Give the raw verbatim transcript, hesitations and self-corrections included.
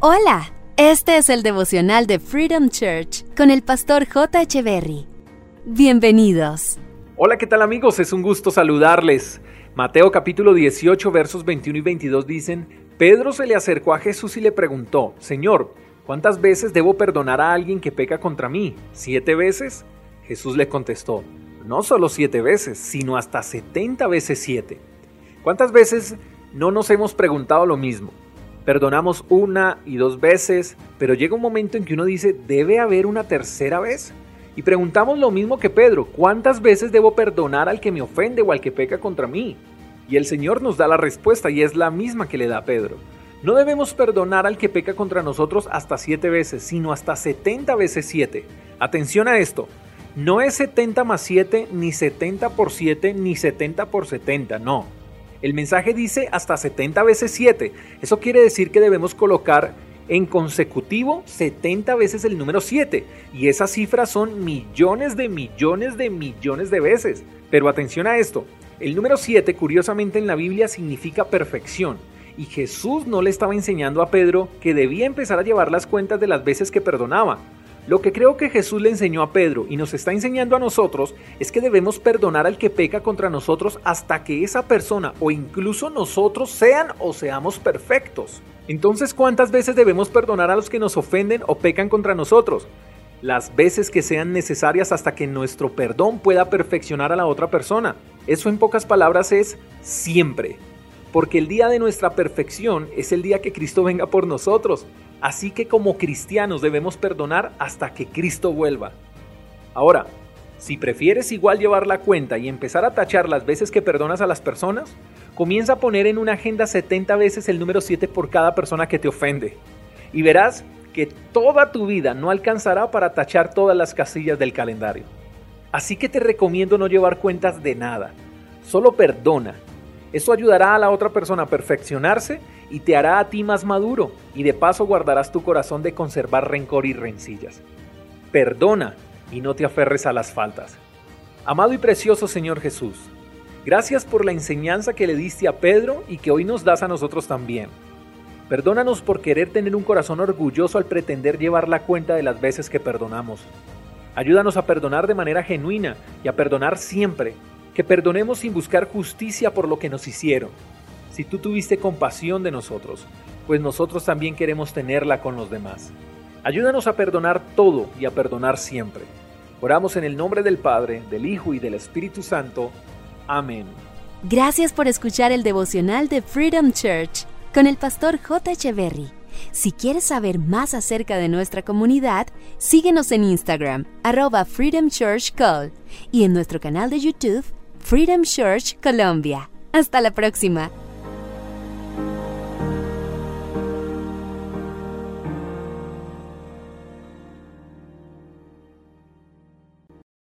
Hola, este es el devocional de Freedom Church con el pastor J. Echeverry. Bienvenidos. Hola, ¿qué tal amigos? Es un gusto saludarles. Mateo capítulo dieciocho versos veintiuno y veintidós dicen: Pedro se le acercó a Jesús y le preguntó: Señor, ¿cuántas veces debo perdonar a alguien que peca contra mí? ¿Siete veces? Jesús le contestó: no solo siete veces, sino hasta setenta veces siete. ¿Cuántas veces no nos hemos preguntado lo mismo? Perdonamos una y dos veces, pero llega un momento en que uno dice: ¿debe haber una tercera vez? Y preguntamos lo mismo que Pedro: ¿cuántas veces debo perdonar al que me ofende o al que peca contra mí? Y el Señor nos da la respuesta, y es la misma que le da a Pedro. No debemos perdonar al que peca contra nosotros hasta siete veces, sino hasta setenta veces siete. Atención a esto, no es setenta más siete, ni setenta por siete, ni setenta por setenta, no. El mensaje dice hasta setenta veces siete. Eso quiere decir que debemos colocar en consecutivo setenta veces el número siete. Y esas cifras son millones de millones de millones de veces. Pero atención a esto, el número siete curiosamente en la Biblia significa perfección. Y Jesús no le estaba enseñando a Pedro que debía empezar a llevar las cuentas de las veces que perdonaba. Lo que creo que Jesús le enseñó a Pedro y nos está enseñando a nosotros es que debemos perdonar al que peca contra nosotros hasta que esa persona o incluso nosotros sean o seamos perfectos. Entonces, ¿cuántas veces debemos perdonar a los que nos ofenden o pecan contra nosotros? Las veces que sean necesarias hasta que nuestro perdón pueda perfeccionar a la otra persona. Eso en pocas palabras es siempre. Porque el día de nuestra perfección es el día que Cristo venga por nosotros. Así que como cristianos debemos perdonar hasta que Cristo vuelva. Ahora, si prefieres igual llevar la cuenta y empezar a tachar las veces que perdonas a las personas, comienza a poner en una agenda setenta veces el número siete por cada persona que te ofende. Y verás que toda tu vida no alcanzará para tachar todas las casillas del calendario. Así que te recomiendo no llevar cuentas de nada. Solo perdona. Eso ayudará a la otra persona a perfeccionarse y te hará a ti más maduro, y de paso guardarás tu corazón de conservar rencor y rencillas. Perdona y no te aferres a las faltas. Amado y precioso Señor Jesús, gracias por la enseñanza que le diste a Pedro y que hoy nos das a nosotros también. Perdónanos por querer tener un corazón orgulloso al pretender llevar la cuenta de las veces que perdonamos. Ayúdanos a perdonar de manera genuina y a perdonar siempre. Que perdonemos sin buscar justicia por lo que nos hicieron. Si tú tuviste compasión de nosotros, pues nosotros también queremos tenerla con los demás. Ayúdanos a perdonar todo y a perdonar siempre. Oramos en el nombre del Padre, del Hijo y del Espíritu Santo. Amén. Gracias por escuchar el devocional de Freedom Church con el pastor J. Echeverry. Si quieres saber más acerca de nuestra comunidad, síguenos en Instagram, arroba Freedom Church Call, y en nuestro canal de YouTube, Freedom Church Colombia. Hasta la próxima.